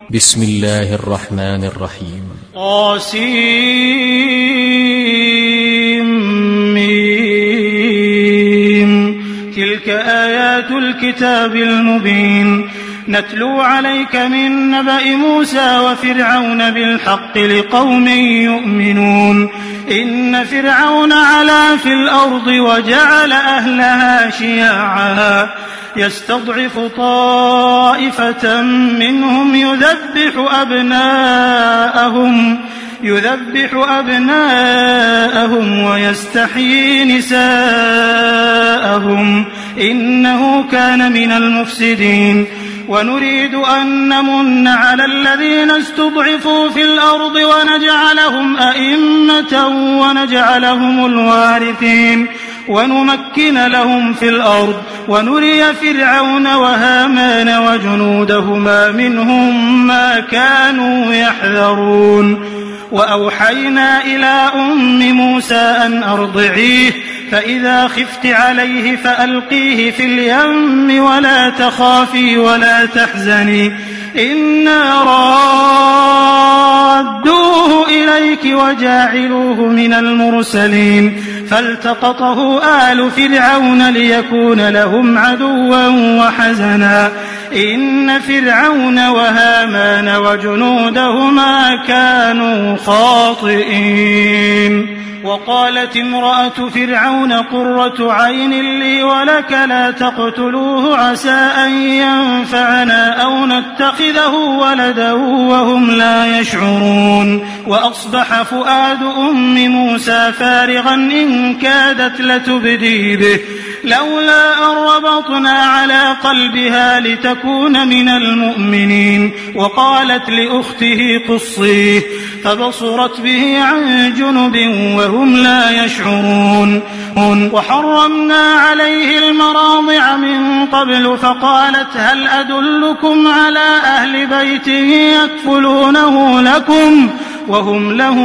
بسم الله الرحمن الرحيم. طاسيم. تلك آيات الكتاب المبين. نتلو عليك من نبأ موسى وفرعون بالحق لقوم يؤمنون. إن فرعون علا في الأرض وجعل أهلها شيعا يستضعف طائفة منهم يذبح أبناءهم ويستحيي نساءهم إنه كان من المفسدين. ونريد أن نمن على الذين استضعفوا في الأرض ونجعلهم أئمة ونجعلهم الوارثين ونمكن لهم في الأرض ونري فرعون وهامان وجنودهما منهم ما كانوا يحذرون. وأوحينا إلى أم موسى أن أرضعيه فإذا خفت عليه فألقيه في اليم ولا تخافي ولا تحزني إنا رادوه إليك وجاعلوه من المرسلين. فالتقطه آل فرعون ليكون لهم عدوا وحزنا إن فرعون وهامان وجنودهما كانوا خاطئين. وقالت امرأة فرعون قرة عين لي ولك لا تقتلوه عسى أن ينفعنا أو نتخذه ولدا وهم لا يشعرون. وأصبح فؤاد أم موسى فارغا إن كادت لتبدي به لولا أن ربطنا على قلبها لتكون من المؤمنين. وقالت لأخته قصيه فبصرت به عن جنب وهم لا يشعرون. وحرمنا عليه المراضع من قبل فقالت هل أدلكم على أهل بيت يكفلونه لكم وهم له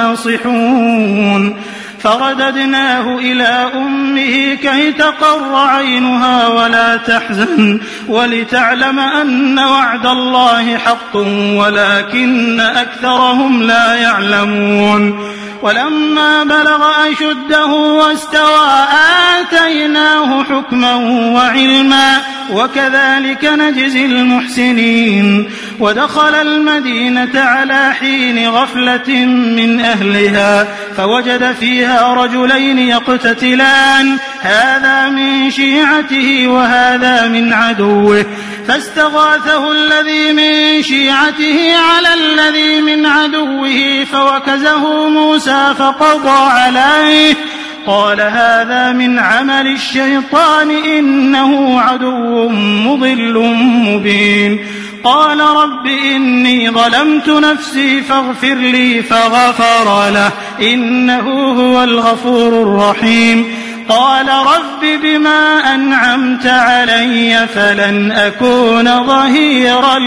ناصحون. فرددناه إلى أمه كي تقر عينها ولا تحزن ولتعلم أن وعد الله حق ولكن أكثرهم لا يعلمون. ولما بلغ أشده واستوى آتيناه حكما وعلما وكذلك نجزي المحسنين. ودخل المدينة على حين غفلة من أهلها فوجد فيها رجلين يقتتلان هذا من شيعته وهذا من عدوه فاستغاثه الذي من شيعته على الذي من عدوه فوكزه موسى فقضى عليه قال هذا من عمل الشيطان إنه عدو مضل مبين. قال رب إني ظلمت نفسي فاغفر لي فغفر له إنه هو الغفور الرحيم. قال رب بما أنعمت علي فلن أكون ظهيرا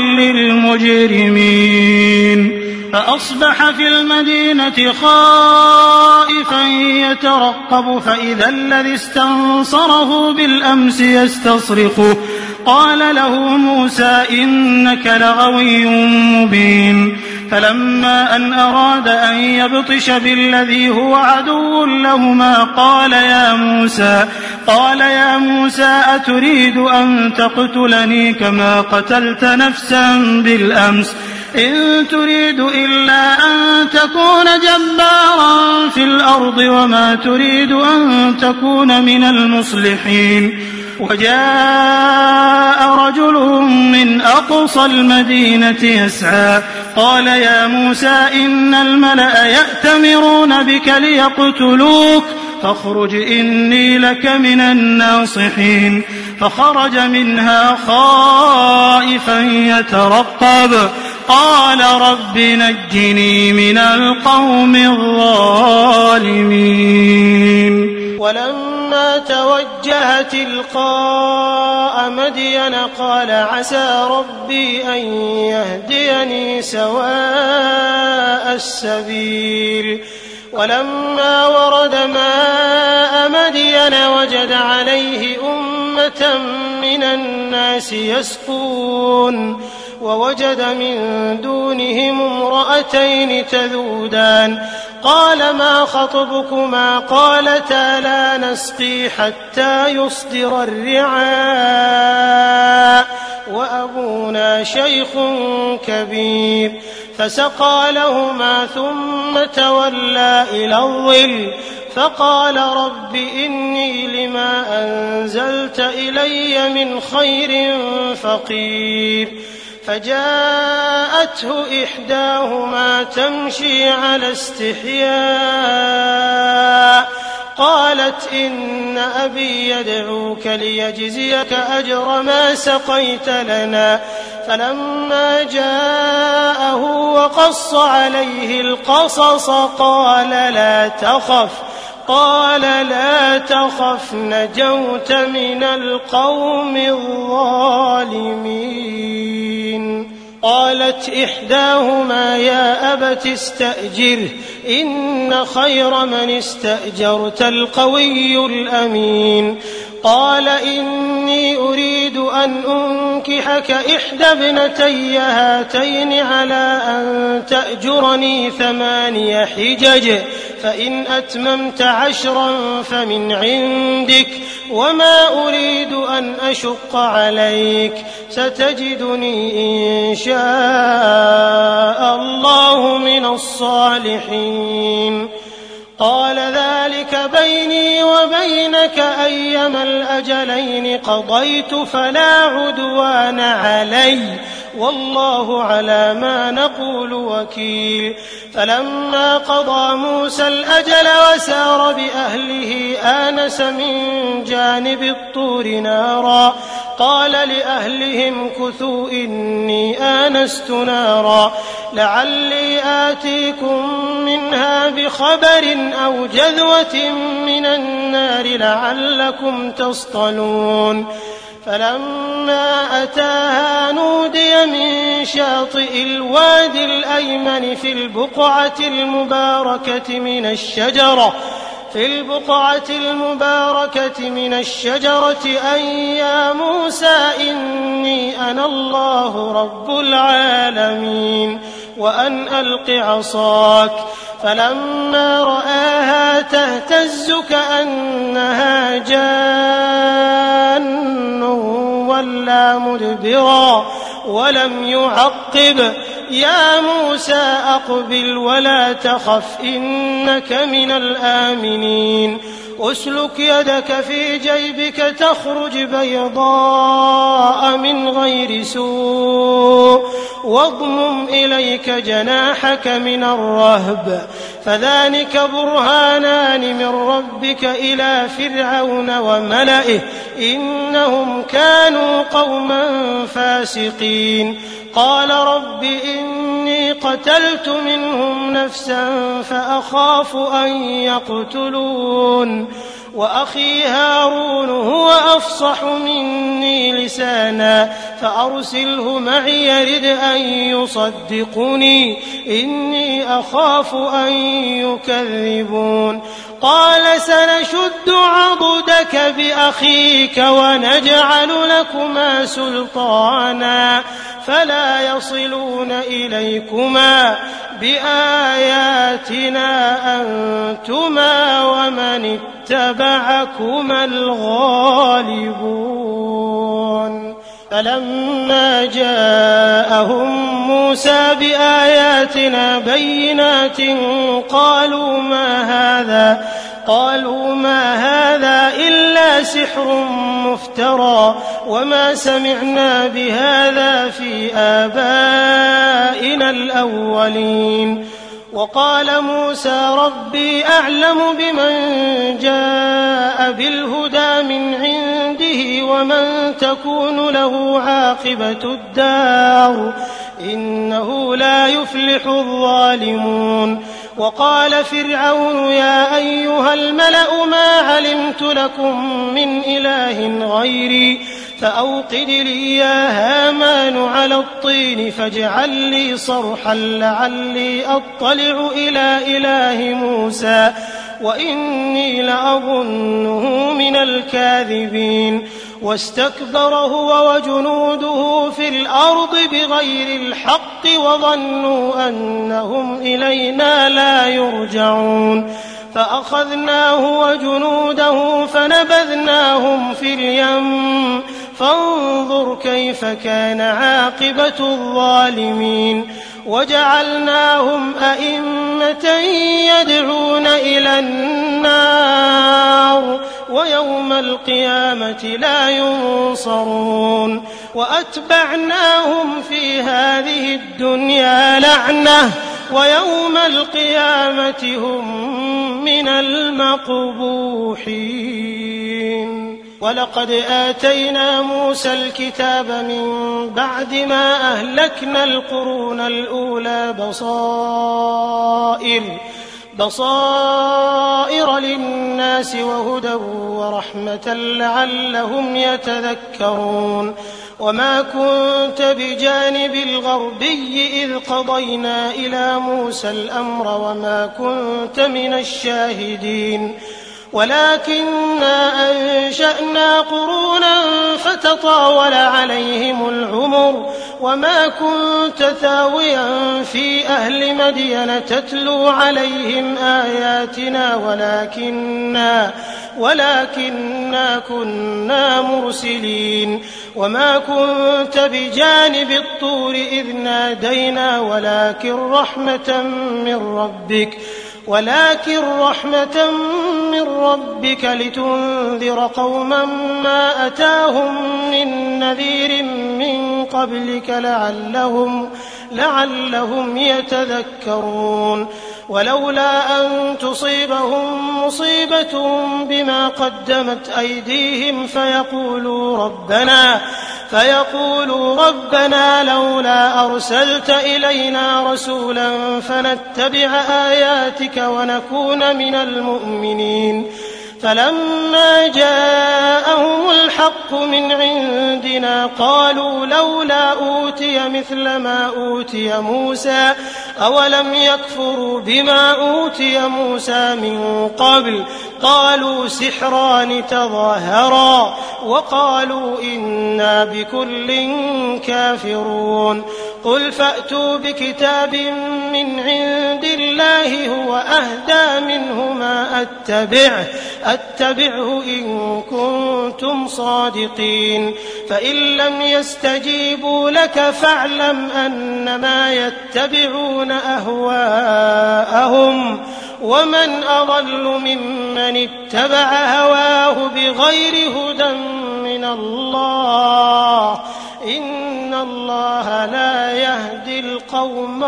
للمجرمين. فأصبح في المدينة خائفا يترقب فإذا الذي استنصره بالأمس يستصرخه قال له موسى إنك لغوي مبين. فلما أن أراد أن يبطش بالذي هو عدو لهما قال يا موسى أتريد أن تقتلني كما قتلت نفسا بالأمس إن تريد إلا أن تكون جبارا في الأرض وما تريد أن تكون من المصلحين. وجاء رجل من أقصى المدينة يسعى قال يا موسى إن الملأ يأتمرون بك ليقتلوك فاخرج إني لك من الناصحين. فخرج منها خائفا يترقب قال رب نجني من القوم الظالمين. ولما توجه تلقاء مدين قال عسى ربي أن يهديني سواء السبيل. ولما ورد ماء مدين وجد عليه أمة من الناس يسقون ووجد من دونهم امرأتين تذودان قال ما خطبكما قالتا لا نسقي حتى يصدر الرعاء وأبونا شيخ كبير فسقى لهما ثم تولى إلى الظل فقال رب إني لما أنزلت إلي من خير فقير فجاءته إحداهما تمشي على استحياء قالت إن أبي يدعوك ليجزيك أجر ما سقيت لنا فلما جاءه وقص عليه القصص قال لا تخف نجوت من القوم الظالمين قالت إحداهما يا أبت استأجره إن خير من استأجرت القوي الأمين قال إني أريد أن أنكحك إحدى ابنتي هاتين على أن تأجرني 8 حجج فإن أتممت 10 فمن عندك وما أريد أن أشق عليك ستجدني إن شاء الله من الصالحين قال ذلك بيني وبينك أيما الأجلين قضيت فلا عدوان علي والله على ما نقول وكيل فلما قضى موسى الأجل وسار بأهله آنس من جانب الطور نارا قال لأهلهم كثوا إني آنست نارا لعلي آتيكم منها بخبر أو جذوة من النار لعلكم تصطلون فلما أتاها نودي من شاطئ الوادي الأيمن في البقعة المباركة من الشجرة أن يا موسى إني أنا الله رب العالمين وأن ألق عصاك فلما رآها تهتز كأنها جان ولا مدبرا ولم يعقب يا موسى أقبل ولا تخف إنك من الآمنين أسلك يدك في جيبك تخرج بيضاء من غير سوء واضمم إليك جناحك من الرهب فذلك برهانان من ربك إلى فرعون وملئه إنهم كانوا قوما فاسقين قال رب إني قتلت منهم نفسا فأخاف أن يقتلون وأخي هارون هو أفصح مني لسانا فأرسله معي يرد أن يصدقني إني أخاف أن يكذبون قال سنشد عضدك بأخيك ونجعل لكما سلطانا فلا يصلون إليكما بآياتنا أنتما ومن اتبعكما الغالبون فلما جاءهم موسى بآياتنا بينات قالوا ما هذا إلا سحر مفترى وما سمعنا بهذا في آبائنا الأولين وقال موسى ربي أعلم بمن جاء بالهدى من عنده ومن تكون له عاقبة الدار إنه لا يفلح الظالمون وقال فرعون يا أيها الملأ ما علمت لكم من إله غيري فأوقد لي يا هامان على الطين فاجعل لي صرحا لعلي أطلع إلى إله موسى وإني لأظنه من الكاذبين واستكبر هو وجنوده في الأرض بغير الحق وظنوا أنهم إلينا لا يرجعون فأخذناه وجنوده فنبذناهم في اليم فانظر كيف كان عاقبة الظالمين وجعلناهم أئمة يدعون إلى النار ويوم القيامة لا ينصرون وأتبعناهم في هذه الدنيا لعنة ويوم القيامة هم من المقبوحين ولقد آتينا موسى الكتاب من بعد ما أهلكنا القرون الأولى بصائر للناس وهدى ورحمة لعلهم يتذكرون وما كنت بجانب الغربي إذ قضينا إلى موسى الأمر وما كنت من الشاهدين ولكننا أنشأنا قرونا فتطاول عليهم العمر وما كنت ثاويا في أهل مدين تتلو عليهم آياتنا ولكننا كنا مرسلين وما كنت بجانب الطور إذ نادينا ولكن رحمة من ربك لتنذر قوما ما أتاهم من نذير من قبلك لعلهم يتذكرون ولولا أن تصيبهم مصيبة بما قدمت أيديهم فيقولوا ربنا لولا أرسلت إلينا رسولا فنتبع آياتك ونكون من المؤمنين فلما جاءهم الحق من عندنا قالوا لولا أوتي مثل ما أوتي موسى أولم يكفروا بما أوتي موسى من قبل قالوا سحران تظاهرا وقالوا إنا بكل كافرون قل فأتوا بكتاب من عند الله هو أهدى منه ما أتبعه إن كنتم صادقين فإن لم يستجيبوا لك فاعلم أنما يتبعون أهواءهم ومن أضل ممن اتبع هواه بغير هدى من الله إن الله لا يهدي القوم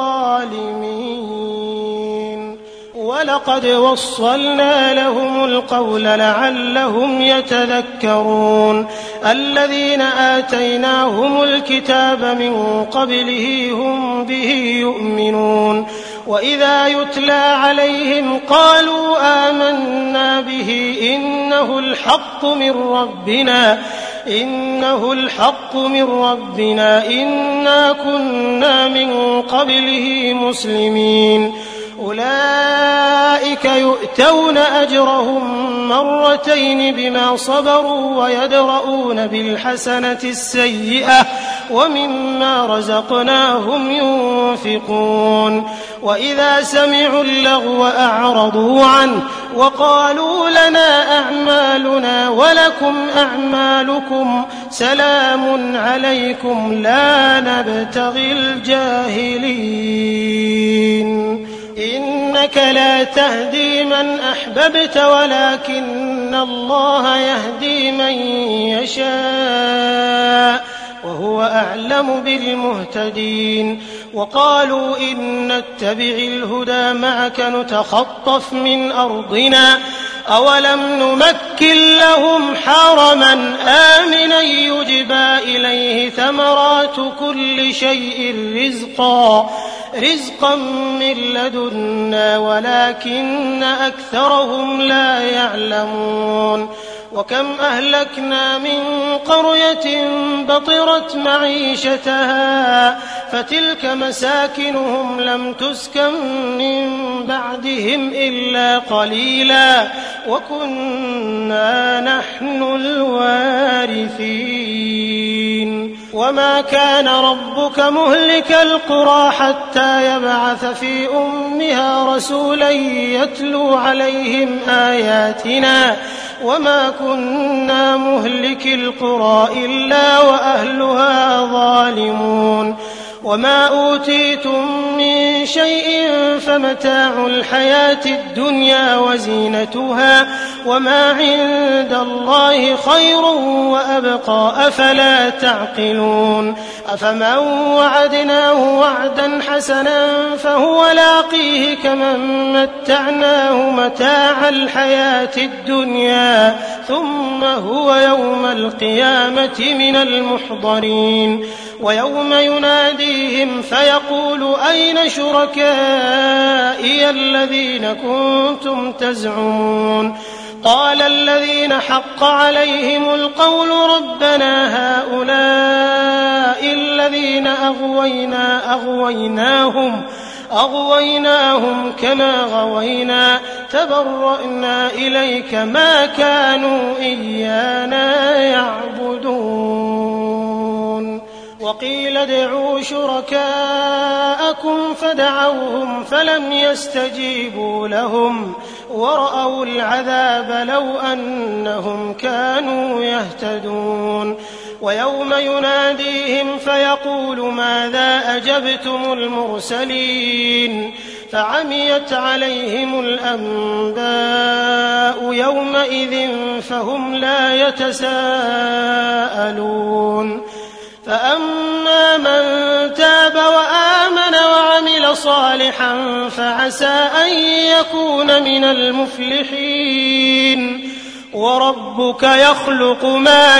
الظالمين ولقد وصلنا لهم القول لعلهم يتذكرون الذين آتيناهم الكتاب من قبله هم به يؤمنون وإذا يتلى عليهم قالوا آمنا به إنه الحق من ربنا إنا كنا من قبله مسلمين أولئك يؤتون أجرهم مرتين بما صبروا ويدرؤون بالحسنة السيئة ومما رزقناهم ينفقون وإذا سمعوا اللغو أعرضوا عنه وقالوا لنا أعمالنا ولكم أعمالكم سلام عليكم لا نبتغي الجاهلين إنك لا تهدي من أحببت ولكن الله يهدي من يشاء وهو أعلم بالمهتدين وقالوا إن نتبع الهدى معك نتخطف من أرضنا أولم نمكن لهم حرما آمنا يجبى إليه ثمرات كل شيء رزقا من لدنا ولكن أكثرهم لا يعلمون وكم أهلكنا من قرية بطرت معيشتها فتلك مساكنهم لم تسكن من بعدهم إلا قليلا وكنا نحن الوارثين وما كان ربك مهلك القرى حتى يبعث في أمها رسولا يتلو عليهم آياتنا وما كنا مهلك القرى إلا وأهلها ظالمون وما أوتيتم من شيء فمتاع الحياة الدنيا وزينتها وما عند الله خير وأبقى أفلا تعقلون أفمن وعدناه وعدا حسنا فهو لاقيه كمن متعناه متاع الحياة الدنيا ثم هو يوم القيامة من المحضرين ويوم يناديهم فيقول أين شركائي الذين كنتم تزعمون قال الذين حق عليهم القول ربنا هؤلاء الذين أغويناهم كما غوينا تبرأنا إليك ما كانوا إيانا يعبدون وقيل ادعوا شركاءكم فدعوهم فلم يستجيبوا لهم ورأوا العذاب لو أنهم كانوا يهتدون ويوم يناديهم فيقول ماذا أجبتم المرسلين فعميت عليهم الأنباء يومئذ فهم لا يتساءلون فأما من تاب وآمن وعمل صالحا فعسى أن يكون من المفلحين وربك يخلق ما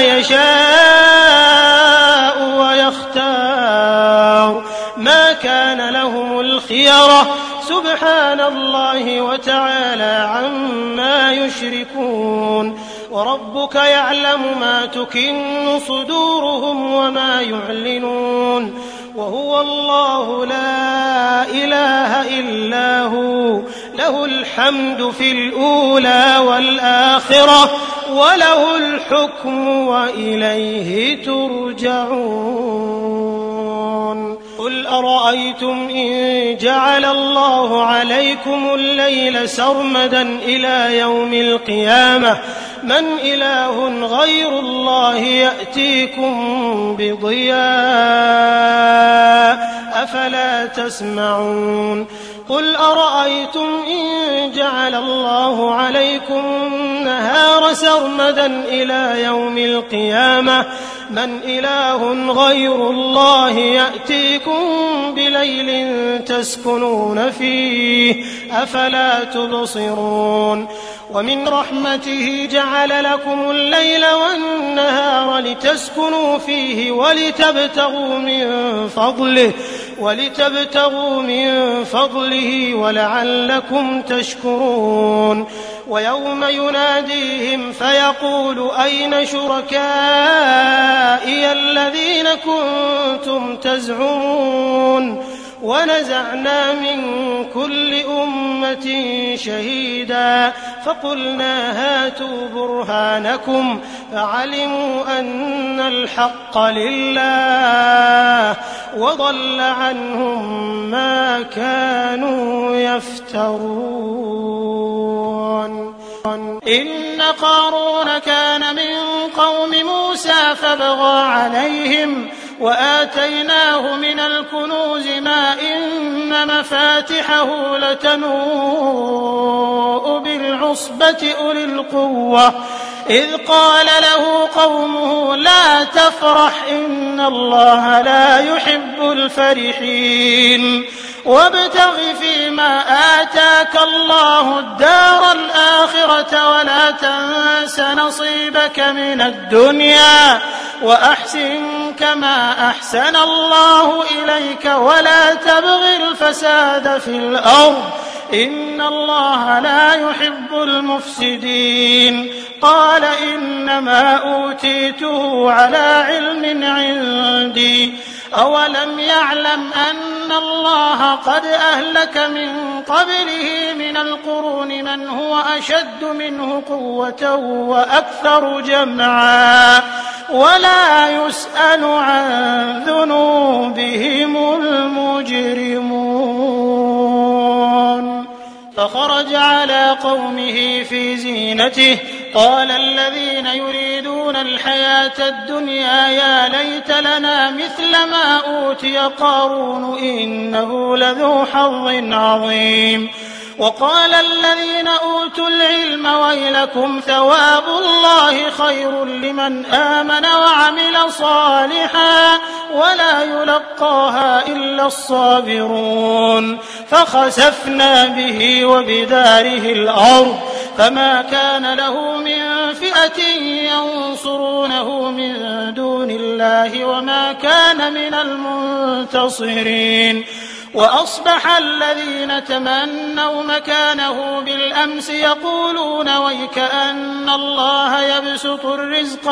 يشاء ويختار ما كان لهم الخيرة سبحان الله وتعالى عما يشركون وربك يعلم ما تكن صدورهم وما يعلنون وهو الله لا إله إلا هو له الحمد في الأولى والآخرة وله الحكم وإليه ترجعون قل أرأيتم إن جعل الله عليكم الليل سرمدا إلى يوم القيامة من إله غير الله يأتيكم بضياء أفلا تسمعون قل أرأيتم إن جعل الله عليكم النهار سرمدا إلى يوم القيامة من إله غير الله يأتيكم بليل تسكنون فيه أفلا تبصرون ومن رحمته جعل لكم الليل والنهار لتسكنوا فيه ولتبتغوا من فضله ولعلكم تشكرون ويوم يناديهم فيقول أين شركائي الذين كنتم تزعمون ونزعنا من كل أمة شهيدا فقلنا هاتوا برهانكم فعلموا أن الحق لله وضل عنهم ما كانوا يفترون إن قارون كان من قوم موسى فبغى عليهم وآتيناه من الكنوز ما إن مفاتحه لتنوء بالعصبة أولي القوة إذ قال له قومه لا تفرح إن الله لا يحب الفرحين وابتغ فيما آتاك الله الدار الآخرة ولا تنس نصيبك من الدنيا وأحسن كما أحسن الله إليك ولا تبغ الفساد في الأرض إن الله لا يحب المفسدين. قال إنما أوتيته على علم عندي أولم يعلم أن الله قد أهلك من قبله من القرون من هو أشد منه قوة وأكثر جمعا ولا يسأل عن ذنوبهم المجرمون. فخرج على قومه في زينته قال الذين يريدون الحياة الدنيا يا ليت لنا مثل ما أوتي قارون إنه لذو حظ عظيم. وقال الذين أوتوا العلم ويلكم ثواب الله خير لمن آمن وعمل صالحا ولا يلقاها إلا الصابرون. فخسفنا به وبداره الأرض فما كان له من فئة ينصرونه من دون الله وما كان من المنتصرين. وأصبح الذين تمنوا مكانه بالأمس يقولون ويكأن الله يبسط الرزق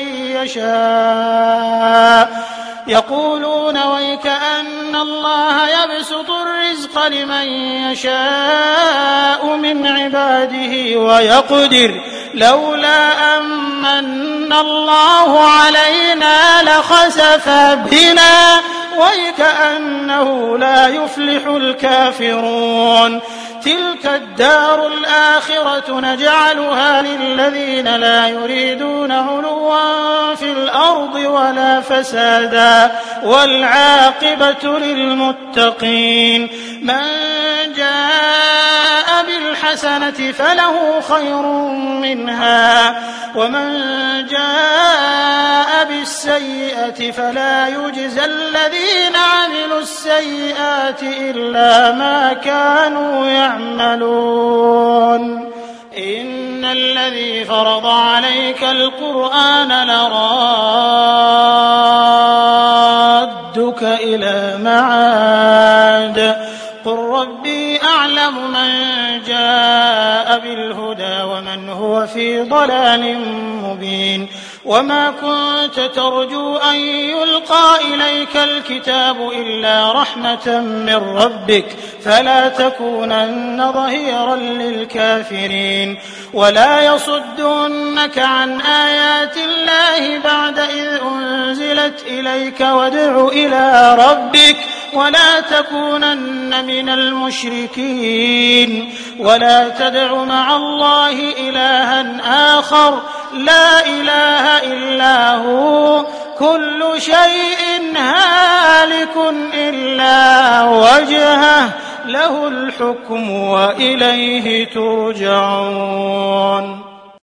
لمن يشاء من عباده ويقدر لولا أمن الله علينا لخسف بنا ويكأنه لا يفلح الكافرون. تلك الدار الآخرة نجعلها للذين لا يريدون علوا في الأرض ولا فسادا والعاقبة للمتقين. من جاء بالحسنة فله خير منها ومن جاء بالسيئة فلا يجزى الذين عملوا السيئات إلا ما كانوا يعملون. إن الذي فرض عليك القرآن لرادك إلى معاد قل ربي أعلم من جاء بالهدى ومن هو في ضلال مبين. وما كنت ترجو أن يلقى إليك الكتاب إلا رحمة من ربك فلا تكونن ظهيرا للكافرين. ولا يصدنك عن آيات الله بعد إذ أنزلت إليك وادع إلى ربك ولا تكونن من المشركين. ولا تدع مع الله إلها آخر لا إله إلا هو كل شيء هالك إلا وجهه له الحكم وإليه ترجعون.